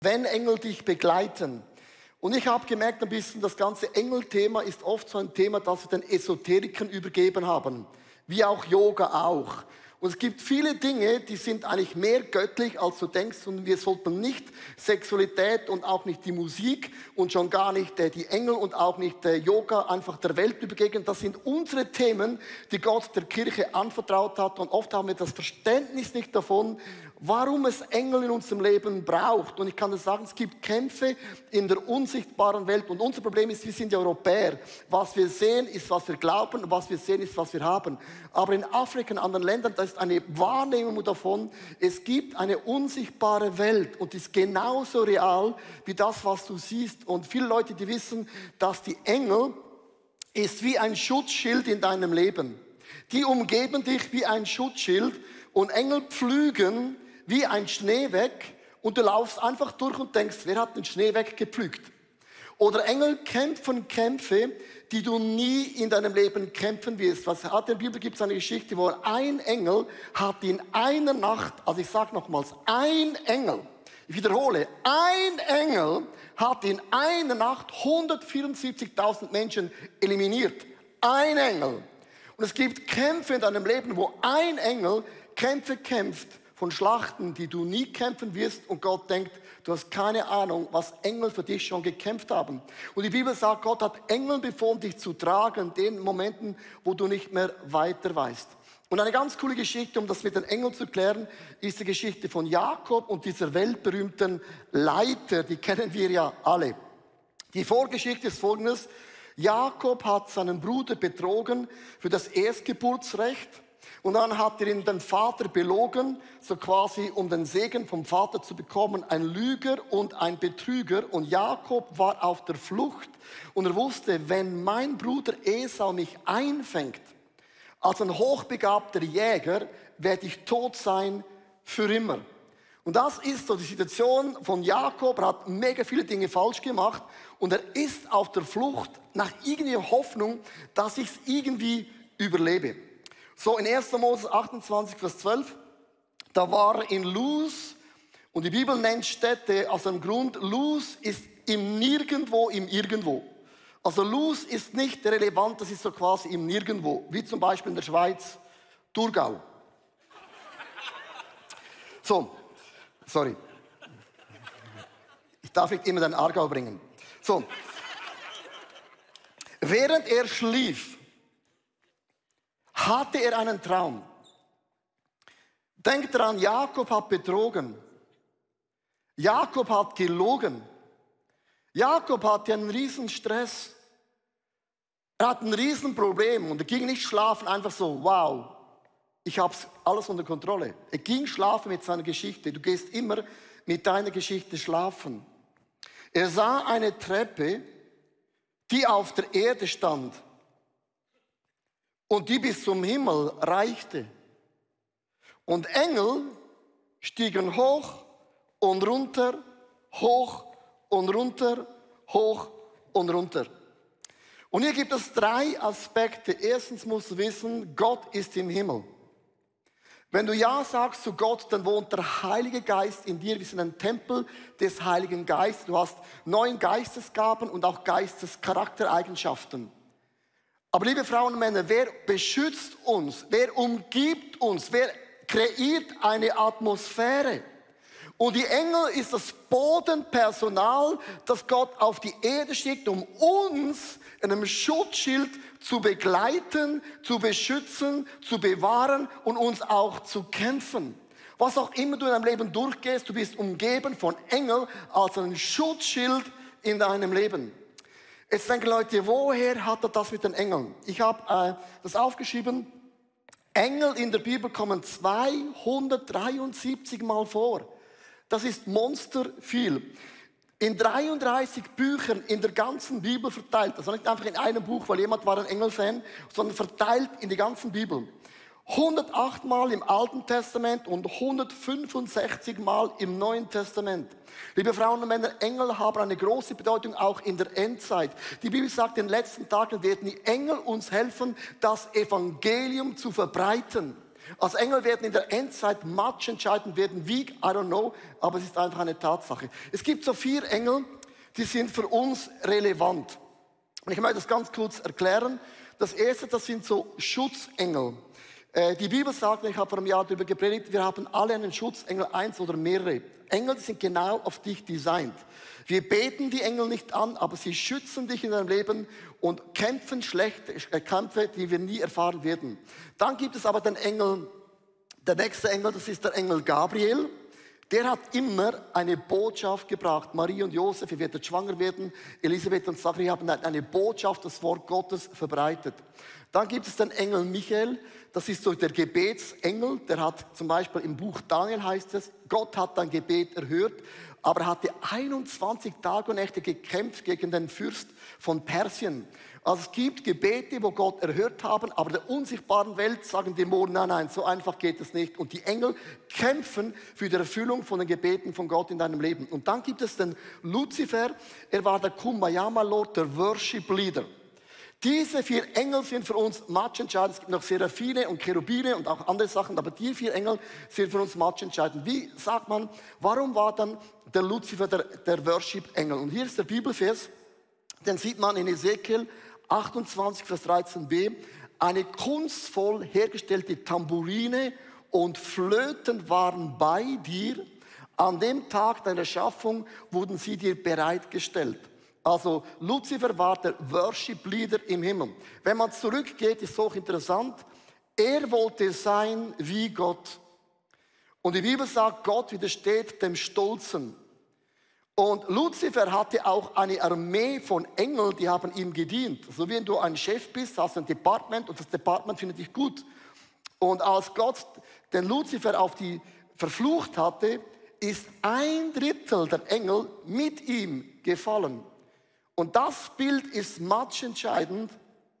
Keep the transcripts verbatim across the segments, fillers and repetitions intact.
Wenn Engel dich begleiten. Und ich habe gemerkt ein bisschen, das ganze Engelthema ist oft so ein Thema, das wir den Esoterikern übergeben haben. Wie auch Yoga auch. Und es gibt viele Dinge, die sind eigentlich mehr göttlich, als du denkst. Und wir sollten nicht Sexualität und auch nicht die Musik und schon gar nicht äh, die Engel und auch nicht äh, Yoga einfach der Welt übergeben. Das sind unsere Themen, die Gott der Kirche anvertraut hat. Und oft haben wir das Verständnis nicht davon, warum es Engel in unserem Leben braucht. Und ich kann dir sagen, es gibt Kämpfe in der unsichtbaren Welt. Und unser Problem ist, wir sind ja Europäer. Was wir sehen, ist, was wir glauben. Und was wir sehen, ist, was wir haben. Aber in Afrika und anderen Ländern, da ist eine Wahrnehmung davon, es gibt eine unsichtbare Welt. Und die ist genauso real wie das, was du siehst. Und viele Leute, die wissen, dass die Engel ist wie ein Schutzschild in deinem Leben. Die umgeben dich wie ein Schutzschild. Und Engel pflügen wie ein Schnee weg und du laufst einfach durch und denkst, wer hat den Schnee weggepflügt? Oder Engel kämpfen Kämpfe, die du nie in deinem Leben kämpfen wirst. Was hat in der Bibel gibt es eine Geschichte, wo ein Engel hat in einer Nacht, also ich sage nochmals, ein Engel, ich wiederhole, ein Engel hat in einer Nacht hundertvierundsiebzigtausend Menschen eliminiert. Ein Engel. Und es gibt Kämpfe in deinem Leben, wo ein Engel Kämpfe kämpft von Schlachten, die du nie kämpfen wirst und Gott denkt, du hast keine Ahnung, was Engel für dich schon gekämpft haben. Und die Bibel sagt, Gott hat Engeln befohlen, dich zu tragen in den Momenten, wo du nicht mehr weiter weißt. Und eine ganz coole Geschichte, um das mit den Engeln zu klären, ist die Geschichte von Jakob und dieser weltberühmten Leiter, die kennen wir ja alle. Die Vorgeschichte ist folgendes: Jakob hat seinen Bruder betrogen für das Erstgeburtsrecht. Und dann hat er ihn den Vater belogen, so quasi um den Segen vom Vater zu bekommen, ein Lüger und ein Betrüger. Und Jakob war auf der Flucht und er wusste, wenn mein Bruder Esau mich einfängt, als ein hochbegabter Jäger, werde ich tot sein für immer. Und das ist so die Situation von Jakob. Er hat mega viele Dinge falsch gemacht und er ist auf der Flucht nach irgendeiner Hoffnung, dass ich es irgendwie überlebe. So in erster Mose achtundzwanzig, Vers zwölf, da war er in Luz und die Bibel nennt Städte aus dem Grund, Luz ist im Nirgendwo, im Irgendwo. Also Luz ist nicht relevant, das ist so quasi im Nirgendwo, wie zum Beispiel in der Schweiz, Thurgau. So, sorry. Ich darf nicht immer den Aargau bringen. So, während er schlief, hatte er einen Traum. Denkt daran, Jakob hat betrogen. Jakob hat gelogen. Jakob hatte einen riesen Stress. Er hat ein riesen Problem und er ging nicht schlafen einfach so, wow, ich habe alles unter Kontrolle. Er ging schlafen mit seiner Geschichte. Du gehst immer mit deiner Geschichte schlafen. Er sah eine Treppe, die auf der Erde stand. Und die bis zum Himmel reichte. Und Engel stiegen hoch und runter, hoch und runter, hoch und runter. Und hier gibt es drei Aspekte. Erstens musst du wissen, Gott ist im Himmel. Wenn du Ja sagst zu Gott, dann wohnt der Heilige Geist in dir. Wir sind ein Tempel des Heiligen Geistes. Du hast neun Geistesgaben und auch Geistescharaktereigenschaften. Aber liebe Frauen und Männer, wer beschützt uns? Wer umgibt uns? Wer kreiert eine Atmosphäre? Und die Engel ist das Bodenpersonal, das Gott auf die Erde schickt, um uns in einem Schutzschild zu begleiten, zu beschützen, zu bewahren und uns auch zu kämpfen. Was auch immer du in deinem Leben durchgehst, du bist umgeben von Engeln als ein Schutzschild in deinem Leben. Jetzt denken Leute, woher hat er das mit den Engeln? Ich habe äh, das aufgeschrieben. Engel in der Bibel kommen zweihundertdreiundsiebzig Mal vor. Das ist monsterviel. In dreiunddreißig Büchern in der ganzen Bibel verteilt. Also nicht einfach in einem Buch, weil jemand war ein Engelfan, sondern verteilt in die ganzen Bibel. hundertacht Mal im Alten Testament und hundertfünfundsechzig Mal im Neuen Testament. Liebe Frauen und Männer, Engel haben eine große Bedeutung auch in der Endzeit. Die Bibel sagt, in den letzten Tagen werden die Engel uns helfen, das Evangelium zu verbreiten. Also Engel werden in der Endzeit matchentscheidend werden, wie, I don't know, aber es ist einfach eine Tatsache. Es gibt so vier Engel, die sind für uns relevant. Und ich möchte das ganz kurz erklären. Das erste, das sind so Schutzengel. Äh, die Bibel sagt, ich habe vor einem Jahr darüber gepredigt, wir haben alle einen Schutzengel, eins oder mehrere. Engel, die sind genau auf dich designt. Wir beten die Engel nicht an, aber sie schützen dich in deinem Leben und kämpfen schlechte äh, Kämpfe, die wir nie erfahren werden. Dann gibt es aber den Engel, der nächste Engel, das ist der Engel Gabriel. Der hat immer eine Botschaft gebracht. Marie und Josef, ihr werdet schwanger werden. Elisabeth und Zachariah haben eine Botschaft, das Wort Gottes verbreitet. Dann gibt es den Engel Michael. Das ist so der Gebetsengel. Der hat zum Beispiel im Buch Daniel heißt es, Gott hat dein Gebet erhört. Aber er hatte einundzwanzig Tage und Nächte gekämpft gegen den Fürst von Persien. Also es gibt Gebete, wo Gott erhört haben, aber in der unsichtbaren Welt sagen Dämonen, nein, nein, so einfach geht es nicht. Und die Engel kämpfen für die Erfüllung von den Gebeten von Gott in deinem Leben. Und dann gibt es den Luzifer, er war der Kumbaya Lord, der Worship Leader. Diese vier Engel sind für uns matchentscheidend. Es gibt noch Seraphine und Cherubine und auch andere Sachen, aber die vier Engel sind für uns matchentscheidend. Wie sagt man, warum war dann der Luzifer der, der Worship-Engel? Und hier ist der Bibelvers, den sieht man in Ezekiel achtundzwanzig, Vers dreizehn b. Eine kunstvoll hergestellte Tamburine und Flöten waren bei dir. An dem Tag deiner Schaffung wurden sie dir bereitgestellt. Also Luzifer war der Worship-Leader im Himmel. Wenn man zurückgeht, ist es auch interessant. Er wollte sein wie Gott. Und die Bibel sagt, Gott widersteht dem Stolzen. Und Luzifer hatte auch eine Armee von Engeln, die haben ihm gedient. So wie wenn du ein Chef bist, hast du ein Department und das Department findet dich gut. Und als Gott den Luzifer auf die verflucht hatte, ist ein Drittel der Engel mit ihm gefallen. Und das Bild ist matchentscheidend.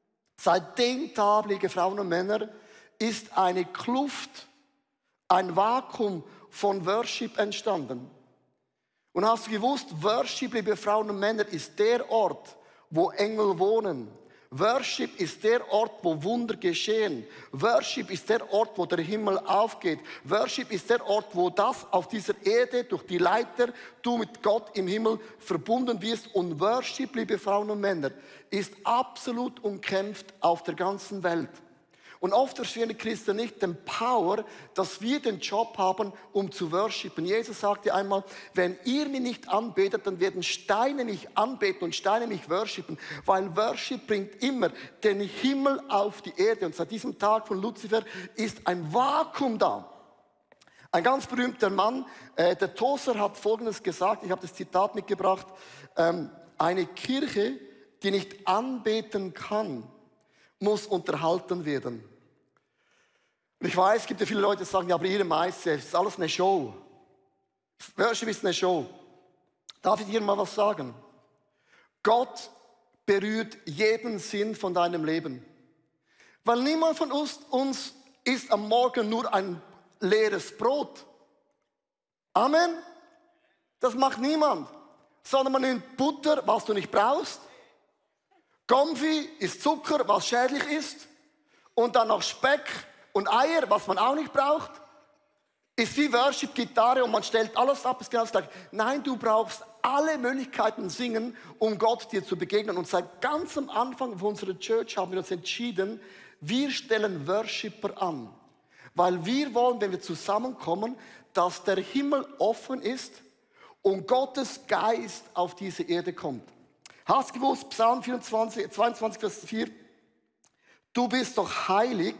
Seitdem Tag, liebe Frauen und Männer, ist eine Kluft, ein Vakuum von Worship entstanden. Und hast du gewusst, Worship, liebe Frauen und Männer, ist der Ort, wo Engel wohnen. Worship ist der Ort, wo Wunder geschehen. Worship ist der Ort, wo der Himmel aufgeht. Worship ist der Ort, wo das auf dieser Erde durch die Leiter du mit Gott im Himmel verbunden wirst. Und Worship, liebe Frauen und Männer, ist absolut umkämpft auf der ganzen Welt. Und oft verstehen die Christen nicht den Power, dass wir den Job haben, um zu worshipen. Jesus sagte einmal, wenn ihr mich nicht anbetet, dann werden Steine mich anbeten und Steine mich worshipen. Weil Worship bringt immer den Himmel auf die Erde. Und seit diesem Tag von Luzifer ist ein Vakuum da. Ein ganz berühmter Mann, äh, der Tozer, hat Folgendes gesagt, ich habe das Zitat mitgebracht, ähm, eine Kirche, die nicht anbeten kann, muss unterhalten werden. Und ich weiß, es gibt ja viele Leute, die sagen, ja, aber ihre Meister, es ist alles eine Show. Worship ist eine Show. Darf ich dir mal was sagen? Gott berührt jeden Sinn von deinem Leben. Weil niemand von uns, uns isst am Morgen nur ein leeres Brot. Amen? Das macht niemand. Sondern man nimmt Butter, was du nicht brauchst. Konfi ist Zucker, was schädlich ist. Und dann noch Speck und Eier, was man auch nicht braucht. Ist wie Worship, Gitarre und man stellt alles ab, ist genau das Gleiche. Nein, du brauchst alle Möglichkeiten singen, um Gott dir zu begegnen. Und seit ganz am Anfang von unserer Church haben wir uns entschieden, wir stellen Worshipper an. Weil wir wollen, wenn wir zusammenkommen, dass der Himmel offen ist und Gottes Geist auf diese Erde kommt. Hast du gewusst, Psalm vierundzwanzig, zweiundzwanzig, Vers vier, du bist doch heilig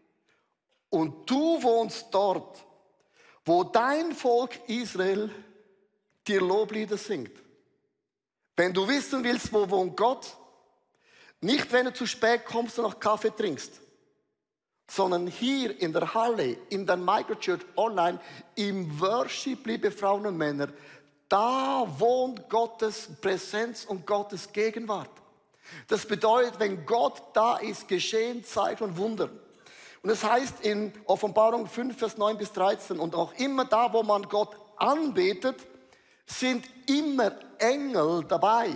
und du wohnst dort, wo dein Volk Israel dir Loblieder singt. Wenn du wissen willst, wo wohnt Gott, nicht wenn du zu spät kommst und noch Kaffee trinkst, sondern hier in der Halle, in der Microchurch online, im Worship, liebe Frauen und Männer, da wohnt Gottes Präsenz und Gottes Gegenwart. Das bedeutet, wenn Gott da ist, geschehen Zeichen und Wunder. Und es heißt in Offenbarung fünf, Vers neun bis dreizehn, und auch immer da, wo man Gott anbetet, sind immer Engel dabei.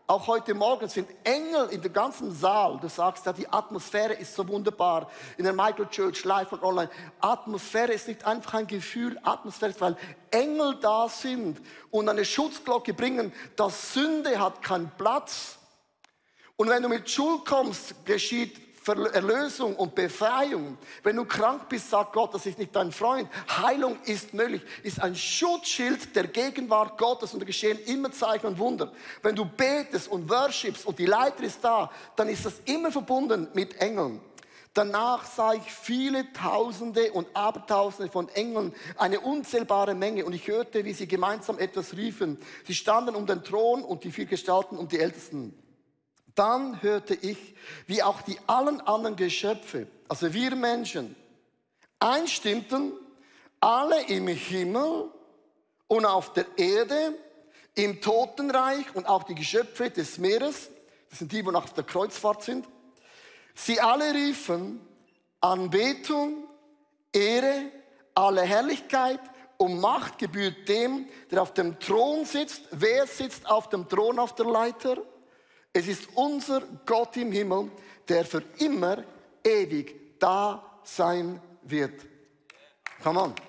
Auch heute Morgen sind Engel in dem ganzen Saal. Du sagst ja, die Atmosphäre ist so wunderbar. In der Michael Church, live und online. Atmosphäre ist nicht einfach ein Gefühl. Atmosphäre ist, weil Engel da sind und eine Schutzglocke bringen, dass Sünde hat keinen Platz. Und wenn du mit Schuld kommst, geschieht Erlösung und Befreiung. Wenn du krank bist, sagt Gott, das ist nicht dein Freund. Heilung ist möglich, ist ein Schutzschild der Gegenwart Gottes und da geschehen immer Zeichen und Wunder. Wenn du betest und worshipst und die Leiter ist da, dann ist das immer verbunden mit Engeln. Danach sah ich viele Tausende und Abertausende von Engeln, eine unzählbare Menge. Und ich hörte, wie sie gemeinsam etwas riefen. Sie standen um den Thron und die vier Gestalten um die Ältesten. Dann hörte ich, wie auch die allen anderen Geschöpfe, also wir Menschen, einstimmten, alle im Himmel und auf der Erde, im Totenreich und auch die Geschöpfe des Meeres, das sind die, die auf der Kreuzfahrt sind, sie alle riefen, Anbetung, Ehre, alle Herrlichkeit und Macht gebührt dem, der auf dem Thron sitzt. Wer sitzt auf dem Thron auf der Leiter? Es ist unser Gott im Himmel, der für immer ewig da sein wird. Come on.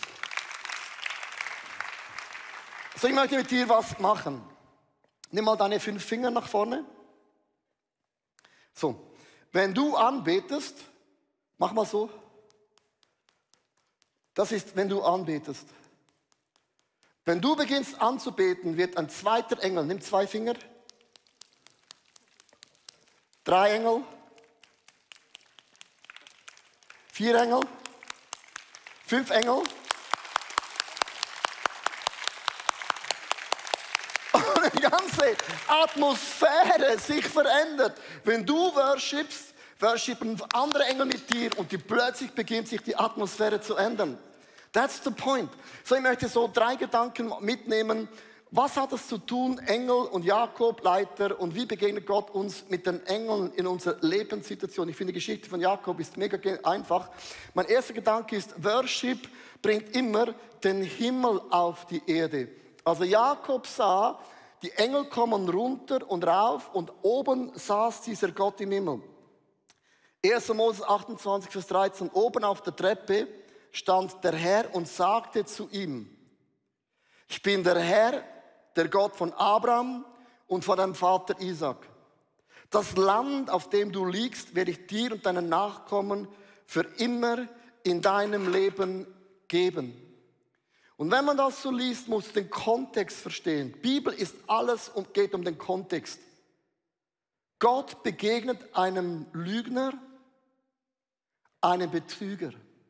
So, ich möchte mit dir was machen. Nimm mal deine fünf Finger nach vorne. So, wenn du anbetest, mach mal so. Das ist, wenn du anbetest. Wenn du beginnst anzubeten, wird ein zweiter Engel, nimm zwei Finger, drei Engel, vier Engel, fünf Engel. Und die ganze Atmosphäre sich verändert. Wenn du worshipst, worshipen andere Engel mit dir und die plötzlich beginnt sich die Atmosphäre zu ändern. That's the point. So, ich möchte so drei Gedanken mitnehmen. Was hat es zu tun, Engel und Jakob, Leiter, und wie begegnet Gott uns mit den Engeln in unserer Lebenssituation? Ich finde, die Geschichte von Jakob ist mega einfach. Mein erster Gedanke ist, Worship bringt immer den Himmel auf die Erde. Also Jakob sah, die Engel kommen runter und rauf und oben saß dieser Gott im Himmel. erster Mose achtundzwanzig, Vers dreizehn, oben auf der Treppe stand der Herr und sagte zu ihm, ich bin der Herr, der Gott von Abraham und von deinem Vater Isaac. Das Land, auf dem du liegst, werde ich dir und deinen Nachkommen für immer in deinem Leben geben. Und wenn man das so liest, muss man den Kontext verstehen. Die Bibel ist alles und geht um den Kontext. Gott begegnet einem Lügner, einem Betrüger.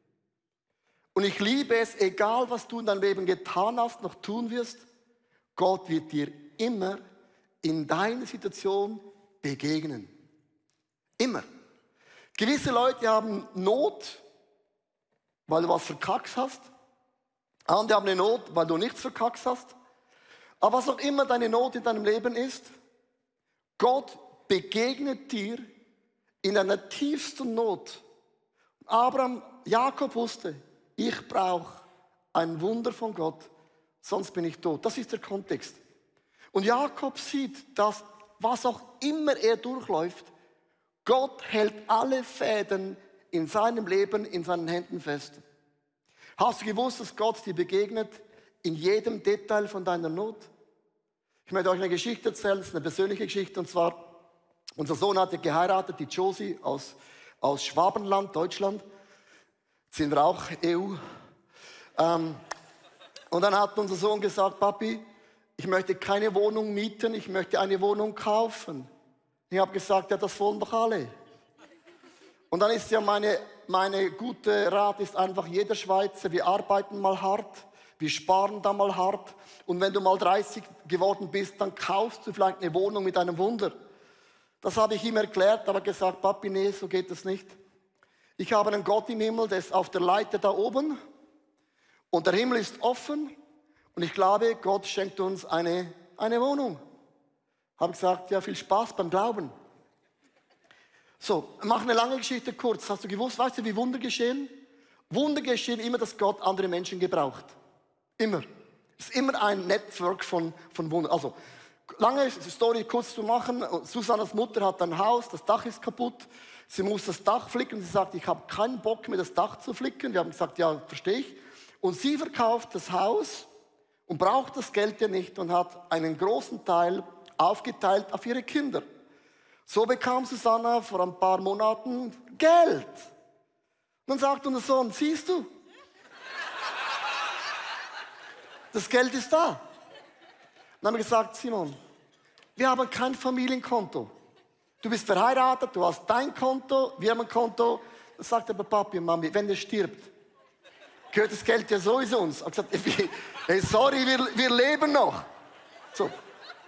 Und ich liebe es, egal was du in deinem Leben getan hast, noch tun wirst, Gott wird dir immer in deiner Situation begegnen. Immer. Gewisse Leute haben Not, weil du was verkackt hast. Andere haben eine Not, weil du nichts verkackt hast. Aber was auch immer deine Not in deinem Leben ist, Gott begegnet dir in einer tiefsten Not. Abraham, Jakob wusste, ich brauche ein Wunder von Gott, sonst bin ich tot. Das ist der Kontext. Und Jakob sieht, dass was auch immer er durchläuft, Gott hält alle Fäden in seinem Leben in seinen Händen fest. Hast du gewusst, dass Gott dir begegnet in jedem Detail von deiner Not? Ich möchte euch eine Geschichte erzählen, das ist eine persönliche Geschichte, und zwar, unser Sohn hatte geheiratet, die Josie aus, aus Schwabenland, Deutschland. Jetzt sind wir auch E U. Ähm, und dann hat unser Sohn gesagt, Papi, ich möchte keine Wohnung mieten, ich möchte eine Wohnung kaufen. Ich habe gesagt, ja, das wollen doch alle. Und dann ist ja meine, meine gute Rat ist einfach, jeder Schweizer, wir arbeiten mal hart, wir sparen da mal hart. Und wenn du mal dreißig geworden bist, dann kaufst du vielleicht eine Wohnung mit einem Wunder. Das habe ich ihm erklärt, aber gesagt, Papi, nee, so geht das nicht. Ich habe einen Gott im Himmel, der ist auf der Leiter da oben. Und der Himmel ist offen. Und ich glaube, Gott schenkt uns eine, eine Wohnung. Habe gesagt, ja, viel Spaß beim Glauben. So, mach eine lange Geschichte kurz. Hast du gewusst, weißt du, wie Wunder geschehen? Wunder geschehen immer, dass Gott andere Menschen gebraucht. Immer. Es ist immer ein Network von, von Wundern. Also, Lange Story kurz zu machen. Susannas Mutter hat ein Haus, das Dach ist kaputt. Sie muss das Dach flicken. Sie sagt, ich habe keinen Bock mehr, das Dach zu flicken. Wir haben gesagt, ja, verstehe ich. Und sie verkauft das Haus und braucht das Geld ja nicht und hat einen großen Teil aufgeteilt auf ihre Kinder. So bekam Susanna vor ein paar Monaten Geld. Und dann sagt unser Sohn, siehst du, das Geld ist da. Und dann haben wir gesagt, Simon, wir haben kein Familienkonto. Du bist verheiratet, du hast dein Konto, wir haben ein Konto. Dann sagt aber Papi und Mami, wenn er stirbt, gehört das Geld ja sowieso uns. Er hat gesagt, hey, sorry, wir, wir leben noch. So. Und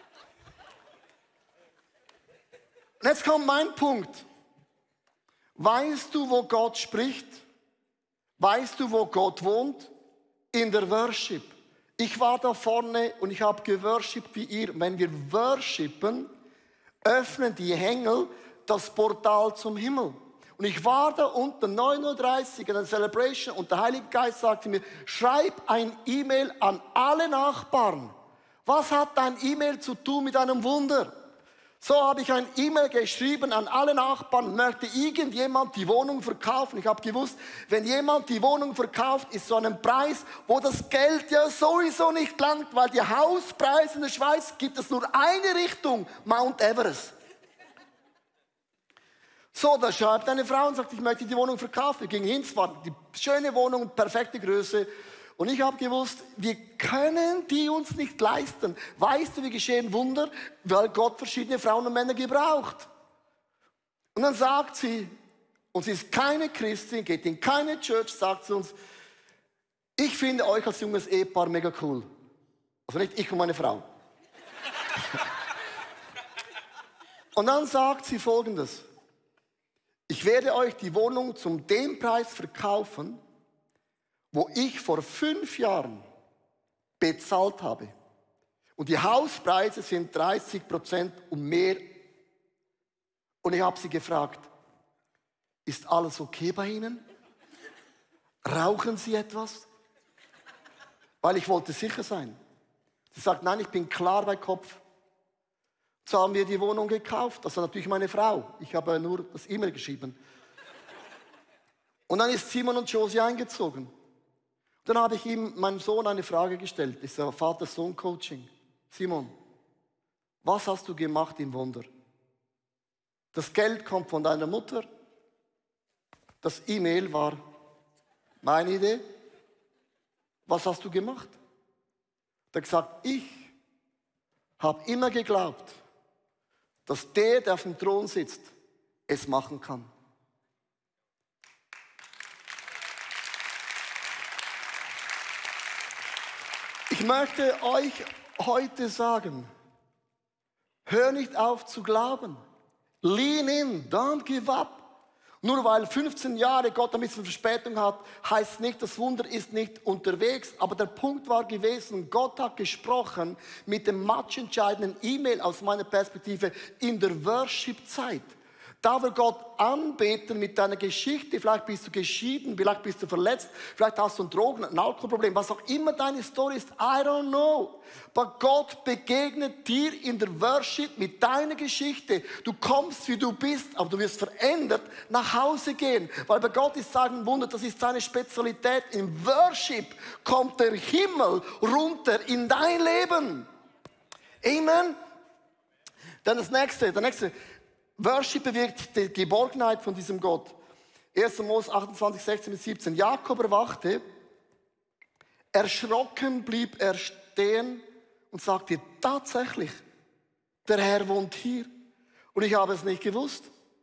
jetzt kommt mein Punkt. Weißt du, wo Gott spricht? Weißt du, wo Gott wohnt? In der Worship. Ich war da vorne und ich habe geworshipped wie ihr. Wenn wir worshipen, öffnen die Engel das Portal zum Himmel. Und ich war da unten, neun Uhr dreißig in der Celebration und der Heilige Geist sagte mir, schreib ein E-Mail an alle Nachbarn. Was hat dein E-Mail zu tun mit einem Wunder? So habe ich ein E-Mail geschrieben an alle Nachbarn, möchte irgendjemand die Wohnung verkaufen. Ich habe gewusst, wenn jemand die Wohnung verkauft, ist so ein Preis, wo das Geld ja sowieso nicht langt, weil die Hauspreise in der Schweiz gibt es nur eine Richtung, Mount Everest. So, da schreibt eine Frau und sagt, ich möchte die Wohnung verkaufen. Wir gingen hin, es war die schöne Wohnung, perfekte Größe. Und ich habe gewusst, wir können die uns nicht leisten. Weißt du, wie geschehen Wunder? Weil Gott verschiedene Frauen und Männer gebraucht. Und dann sagt sie, und sie ist keine Christin, geht in keine Church, sagt sie uns, ich finde euch als junges Ehepaar mega cool. Also nicht ich und meine Frau. Und dann sagt sie Folgendes. Ich werde euch die Wohnung zum dem Preis verkaufen, wo ich vor fünf Jahren bezahlt habe. Und die Hauspreise sind dreißig Prozent und mehr. Und ich habe sie gefragt, ist alles okay bei Ihnen? Rauchen Sie etwas? Weil ich wollte sicher sein. Sie sagt, nein, ich bin klar bei Kopf. So haben wir die Wohnung gekauft. Das war natürlich meine Frau. Ich habe nur das E-Mail geschrieben. Und dann ist Simon und Josie eingezogen. Dann habe ich ihm, meinem Sohn, eine Frage gestellt. Das ist ein Vater-Sohn-Coaching. Simon, was hast du gemacht im Wunder? Das Geld kommt von deiner Mutter. Das E-Mail war meine Idee. Was hast du gemacht? Er hat gesagt, ich habe immer geglaubt, dass der, der auf dem Thron sitzt, es machen kann. Ich möchte euch heute sagen, hör nicht auf zu glauben. Lean in, don't give up. Nur weil fünfzehn Jahre Gott ein bisschen Verspätung hat, heißt nicht, das Wunder ist nicht unterwegs. Aber der Punkt war gewesen, Gott hat gesprochen mit dem matchentscheidenden E-Mail aus meiner Perspektive in der Worship-Zeit. Da wir Gott anbeten mit deiner Geschichte, vielleicht bist du geschieden, vielleicht bist du verletzt, vielleicht hast du ein Drogen-, ein Alkoholproblem, was auch immer deine Story ist, I don't know. Aber Gott begegnet dir in der Worship mit deiner Geschichte. Du kommst, wie du bist, aber du wirst verändert nach Hause gehen. Weil bei Gott ist sagen Wunder, das ist seine Spezialität. Im Worship kommt der Himmel runter in dein Leben. Amen. Dann das nächste, der nächste. Worship bewirkt die Geborgenheit von diesem Gott. erster Mose achtundzwanzig, sechzehn bis siebzehn. Jakob erwachte, erschrocken blieb er stehen und sagte, tatsächlich, der Herr wohnt hier. Und ich habe es nicht gewusst.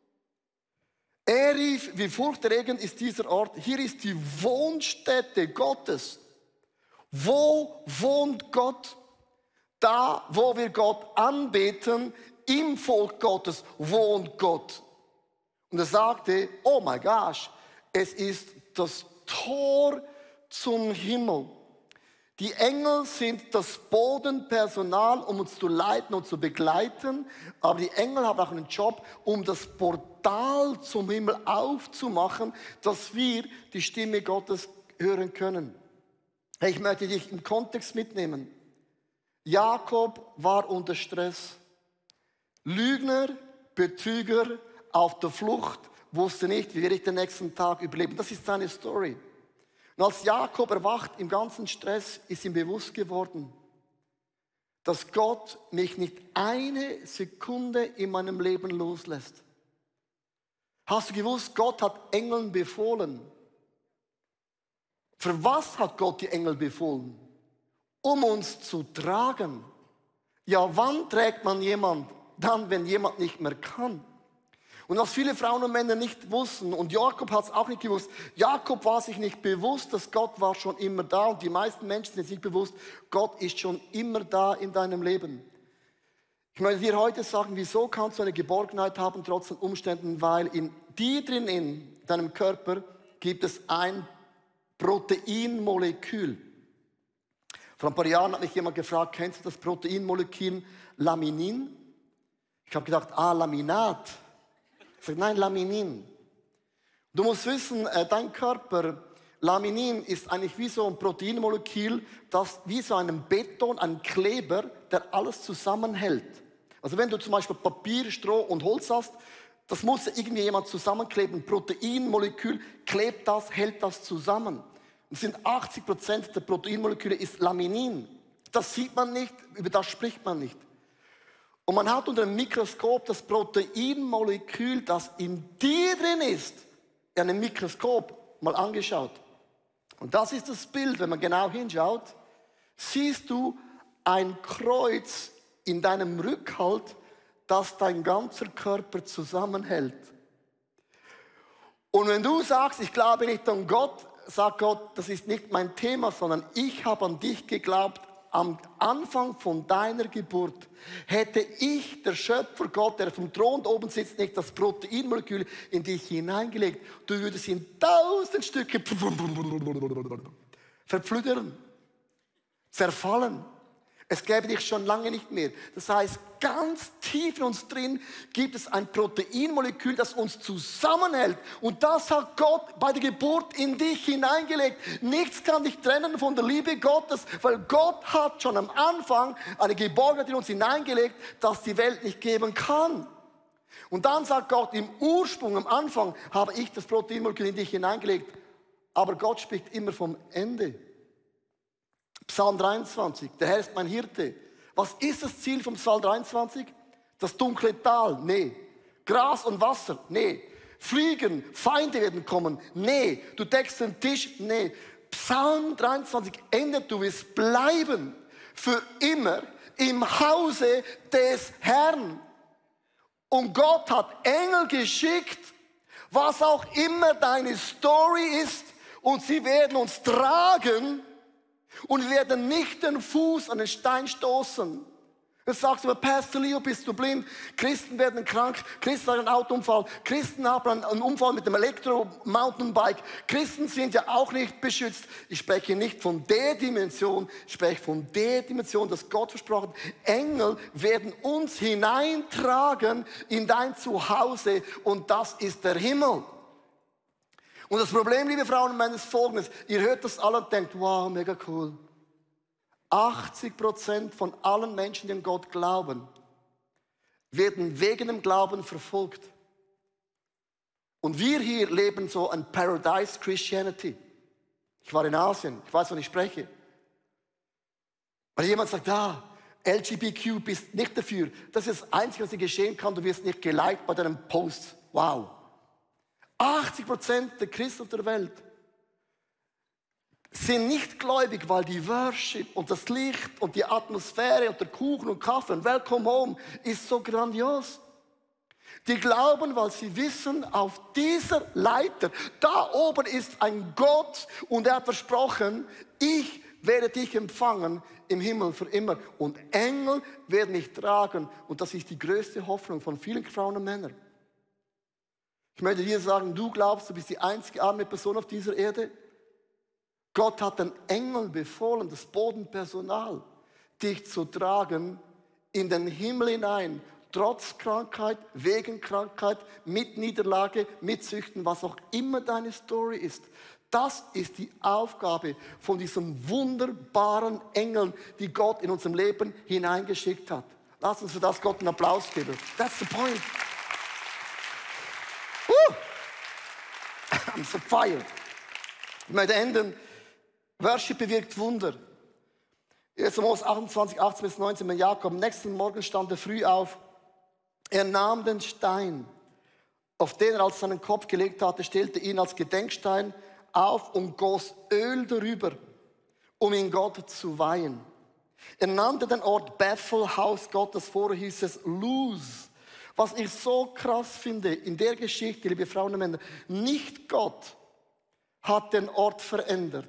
Er rief, wie furchterregend ist dieser Ort, hier ist die Wohnstätte Gottes. Wo wohnt Gott? Da, wo wir Gott anbeten, im Volk Gottes wohnt Gott. Und er sagte, oh my gosh, es ist das Tor zum Himmel. Die Engel sind das Bodenpersonal, um uns zu leiten und zu begleiten. Aber die Engel haben auch einen Job, um das Portal zum Himmel aufzumachen, dass wir die Stimme Gottes hören können. Ich möchte dich im Kontext mitnehmen. Jakob war unter Stress. Lügner, Betrüger, auf der Flucht, wusste nicht, wie werde ich den nächsten Tag überleben. Das ist seine Story. Und als Jakob erwacht im ganzen Stress, ist ihm bewusst geworden, dass Gott mich nicht eine Sekunde in meinem Leben loslässt. Hast du gewusst, Gott hat Engeln befohlen. Für was hat Gott die Engel befohlen? Um uns zu tragen. Ja, wann trägt man jemand? Dann, wenn jemand nicht mehr kann. Und was viele Frauen und Männer nicht wussten, und Jakob hat es auch nicht gewusst, Jakob war sich nicht bewusst, dass Gott war schon immer da. Und die meisten Menschen sind sich bewusst, Gott ist schon immer da in deinem Leben. Ich möchte dir heute sagen, wieso kannst du eine Geborgenheit haben, trotz den Umständen? Weil in dir drin, in deinem Körper, gibt es ein Proteinmolekül. Vor ein paar Jahren hat mich jemand gefragt, kennst du das Proteinmolekül Laminin? Ich habe gedacht, ah, Laminat. Ich sage, nein, Laminin. Du musst wissen, dein Körper, Laminin ist eigentlich wie so ein Proteinmolekül, das wie so ein Beton, ein Kleber, der alles zusammenhält. Also wenn du zum Beispiel Papier, Stroh und Holz hast, das muss irgendwie jemand zusammenkleben. Ein Proteinmolekül klebt das, hält das zusammen. Und sind achtzig Prozent der Proteinmoleküle ist Laminin. Das sieht man nicht, über das spricht man nicht. Und man hat unter einem Mikroskop das Proteinmolekül, das in dir drin ist, in einem Mikroskop mal angeschaut. Und das ist das Bild, wenn man genau hinschaut, siehst du ein Kreuz in deinem Rückhalt, das dein ganzer Körper zusammenhält. Und wenn du sagst, ich glaube nicht an Gott, sagt Gott, das ist nicht mein Thema, sondern ich habe an dich geglaubt. Am Anfang von deiner Geburt hätte ich, der Schöpfer Gott, der vom Thron oben sitzt, nicht das Proteinmolekül in dich hineingelegt. Du würdest in tausend Stücke verpflüdern, zerfallen. Es gäbe dich schon lange nicht mehr. Das heißt, ganz tief in uns drin gibt es ein Proteinmolekül, das uns zusammenhält. Und das hat Gott bei der Geburt in dich hineingelegt. Nichts kann dich trennen von der Liebe Gottes, weil Gott hat schon am Anfang eine Geborgenheit in uns hineingelegt, das die Welt nicht geben kann. Und dann sagt Gott, im Ursprung, am Anfang, habe ich das Proteinmolekül in dich hineingelegt. Aber Gott spricht immer vom Ende. Psalm dreiundzwanzig, der Herr ist mein Hirte. Was ist das Ziel vom Psalm dreiundzwanzig? Das dunkle Tal? Nee. Gras und Wasser? Nee. Fliegen, Feinde werden kommen? Nee. Du deckst den Tisch? Nee. Psalm dreiundzwanzig endet, du wirst bleiben für immer im Hause des Herrn. Und Gott hat Engel geschickt, was auch immer deine Story ist, und sie werden uns tragen. Und wir werden nicht den Fuß an den Stein stoßen. Du sagst aber, Pastor Leo, bist du blind? Christen werden krank, Christen haben einen Autounfall, Christen haben einen Unfall mit dem Elektro-Mountainbike. Christen sind ja auch nicht beschützt. Ich spreche nicht von der Dimension, ich spreche von der Dimension, dass Gott versprochen hat. Engel werden uns hineintragen in dein Zuhause, und das ist der Himmel. Und das Problem, liebe Frauen und Männer, ist folgendes. Ihr hört das alle und denkt, wow, mega cool. achtzig Prozent von allen Menschen, die an Gott glauben, werden wegen dem Glauben verfolgt. Und wir hier leben so ein Paradise Christianity. Ich war in Asien, ich weiß, wovon ich spreche. Weil jemand sagt, ah, L G B T Q bist nicht dafür. Das ist das Einzige, was dir geschehen kann, du wirst nicht geliked bei deinem Post. Wow. achtzig Prozent der Christen auf der Welt sind nicht gläubig, weil die Worship und das Licht und die Atmosphäre und der Kuchen und Kaffee und Welcome Home ist so grandios. Die glauben, weil sie wissen, auf dieser Leiter, da oben ist ein Gott, und er hat versprochen, ich werde dich empfangen im Himmel für immer. Und Engel werden dich tragen. Und das ist die größte Hoffnung von vielen Frauen und Männern. Ich möchte dir sagen, du glaubst, du bist die einzige arme Person auf dieser Erde. Gott hat den Engeln befohlen, das Bodenpersonal, dich zu tragen in den Himmel hinein, trotz Krankheit, wegen Krankheit, mit Niederlage, mit Süchten, was auch immer deine Story ist. Das ist die Aufgabe von diesen wunderbaren Engeln, die Gott in unserem Leben hineingeschickt hat. Lass uns für das Gott einen Applaus geben. That's the point. Woo! I'm so fired. Ich möchte enden. Worship bewirkt Wunder. erster Mose achtundzwanzig, achtzehn bis neunzehn mit Jakob. Am nächsten Morgen stand er früh auf. Er nahm den Stein, auf den er als seinen Kopf gelegt hatte, stellte ihn als Gedenkstein auf und goss Öl darüber, um ihn Gott zu weihen. Er nannte den Ort Bethel, Haus Gottes, vorher hieß es Luz. Was ich so krass finde in der Geschichte, liebe Frauen und Männer, nicht Gott hat den Ort verändert.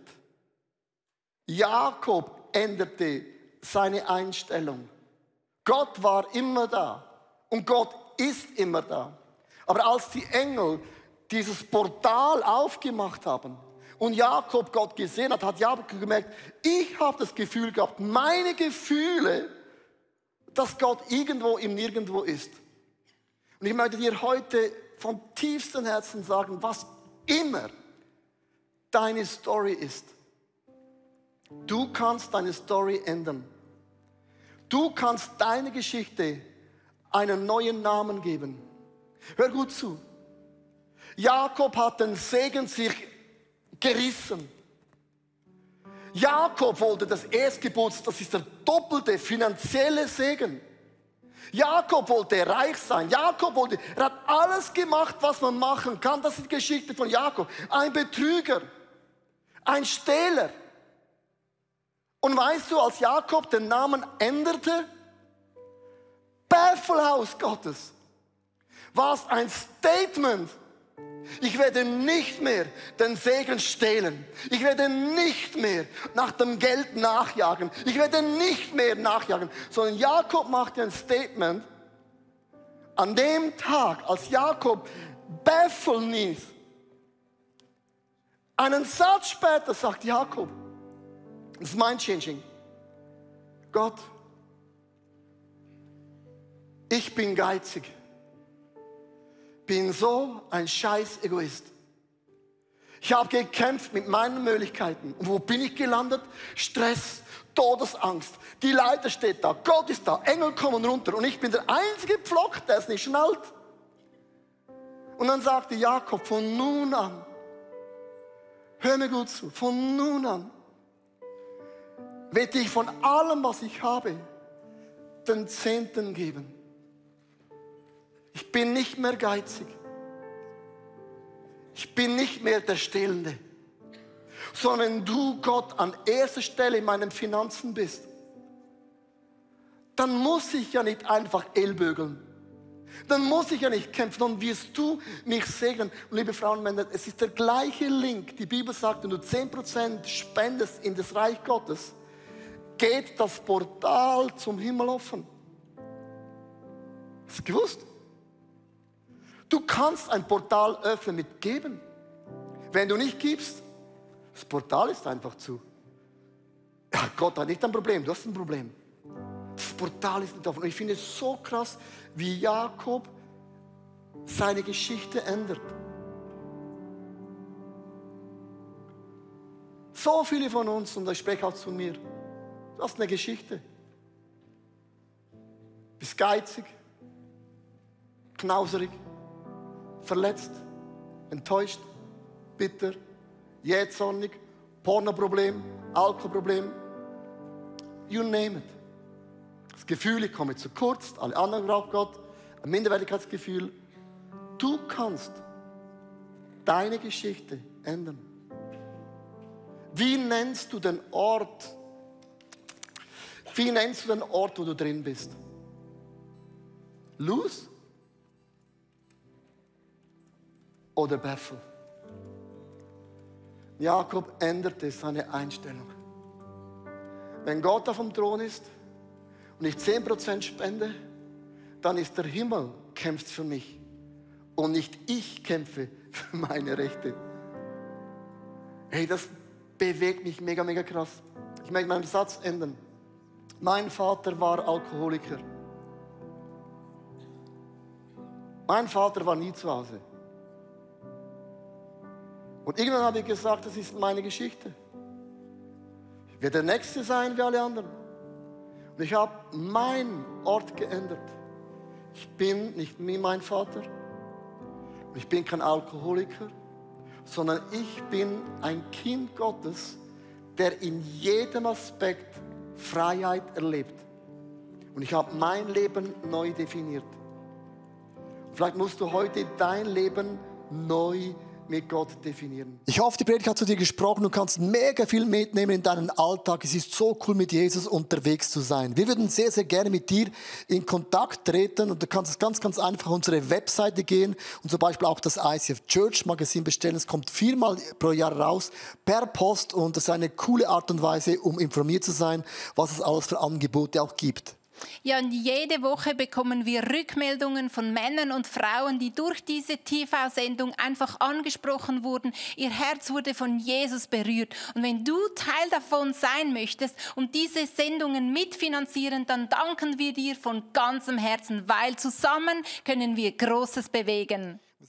Jakob änderte seine Einstellung. Gott war immer da und Gott ist immer da. Aber als die Engel dieses Portal aufgemacht haben und Jakob Gott gesehen hat, hat Jakob gemerkt, ich habe das Gefühl gehabt, meine Gefühle, dass Gott irgendwo im Nirgendwo ist. Und ich möchte dir heute von tiefstem Herzen sagen, was immer deine Story ist, du kannst deine Story ändern. Du kannst deine Geschichte einen neuen Namen geben. Hör gut zu. Jakob hat den Segen sich gerissen. Jakob wollte das Erstgebot, das ist der doppelte finanzielle Segen. Jakob wollte reich sein. Jakob wollte, er hat alles gemacht, was man machen kann. Das ist die Geschichte von Jakob. Ein Betrüger, ein Stehler. Und weißt du, als Jakob den Namen änderte, Bethelhaus Gottes, war es ein Statement. Ich werde nicht mehr den Segen stehlen. Ich werde nicht mehr nach dem Geld nachjagen. Ich werde nicht mehr nachjagen. Sondern Jakob machte ein Statement. An dem Tag, als Jakob Bethel ließ, einen Satz später sagt Jakob, das ist mind-changing. Gott, ich bin geizig. Bin so ein scheiß Egoist. Ich habe gekämpft mit meinen Möglichkeiten. Und wo bin ich gelandet? Stress, Todesangst. Die Leiter steht da, Gott ist da, Engel kommen runter. Und ich bin der einzige Pflock, der es nicht schnallt. Und dann sagte Jakob, von nun an, hör mir gut zu, von nun an werde ich von allem, was ich habe, den Zehnten geben. Ich bin nicht mehr geizig. Ich bin nicht mehr der Stehlende. Sondern wenn du Gott an erster Stelle in meinen Finanzen bist, dann muss ich ja nicht einfach ellbögeln. Dann muss ich ja nicht kämpfen, dann wirst du mich segnen. Und liebe Frauen und Männer, es ist der gleiche Link. Die Bibel sagt, wenn du zehn Prozent spendest in das Reich Gottes, geht das Portal zum Himmel offen. Hast du gewusst? Du kannst ein Portal öffnen mit Geben. Wenn du nicht gibst, das Portal ist einfach zu. Ja, Gott hat nicht ein Problem, du hast ein Problem. Das Portal ist nicht offen. Und ich finde es so krass, wie Jakob seine Geschichte ändert. So viele von uns, und ich spreche auch zu mir, du hast eine Geschichte. Bist geizig, knauserig, verletzt, enttäuscht, bitter, jähzornig, Pornoproblem, Alkoholproblem, you name it. Das Gefühl, ich komme zu kurz, alle anderen brauchen Gott, ein Minderwertigkeitsgefühl. Du kannst deine Geschichte ändern. Wie nennst du den Ort? Wie nennst du den Ort, wo du drin bist? Luz? Oder Bethel? Jakob änderte seine Einstellung. Wenn Gott auf dem Thron ist und ich zehn Prozent spende, dann ist der Himmel kämpft für mich und nicht ich kämpfe für meine Rechte. Hey, das bewegt mich mega, mega krass. Ich möchte meinen Satz ändern. Mein Vater war Alkoholiker. Mein Vater war nie zu Hause. Und irgendwann habe ich gesagt, das ist meine Geschichte. Ich werde der Nächste sein wie alle anderen. Und ich habe meinen Ort geändert. Ich bin nicht wie mein Vater. Und ich bin kein Alkoholiker, sondern ich bin ein Kind Gottes, der in jedem Aspekt Freiheit erlebt. Und ich habe mein Leben neu definiert. Vielleicht musst du heute dein Leben neu definieren. Mit Gott definieren. Ich hoffe, die Predigt hat zu dir gesprochen. Du kannst mega viel mitnehmen in deinen Alltag. Es ist so cool, mit Jesus unterwegs zu sein. Wir würden sehr, sehr gerne mit dir in Kontakt treten. Und du kannst ganz, ganz einfach auf unsere Webseite gehen und zum Beispiel auch das I C F Church Magazin bestellen. Es kommt viermal pro Jahr raus, per Post. Und das ist eine coole Art und Weise, um informiert zu sein, was es alles für Angebote auch gibt. Ja, und jede Woche bekommen wir Rückmeldungen von Männern und Frauen, die durch diese T V-Sendung einfach angesprochen wurden. Ihr Herz wurde von Jesus berührt. Und wenn du Teil davon sein möchtest und diese Sendungen mitfinanzieren, dann danken wir dir von ganzem Herzen, weil zusammen können wir Großes bewegen.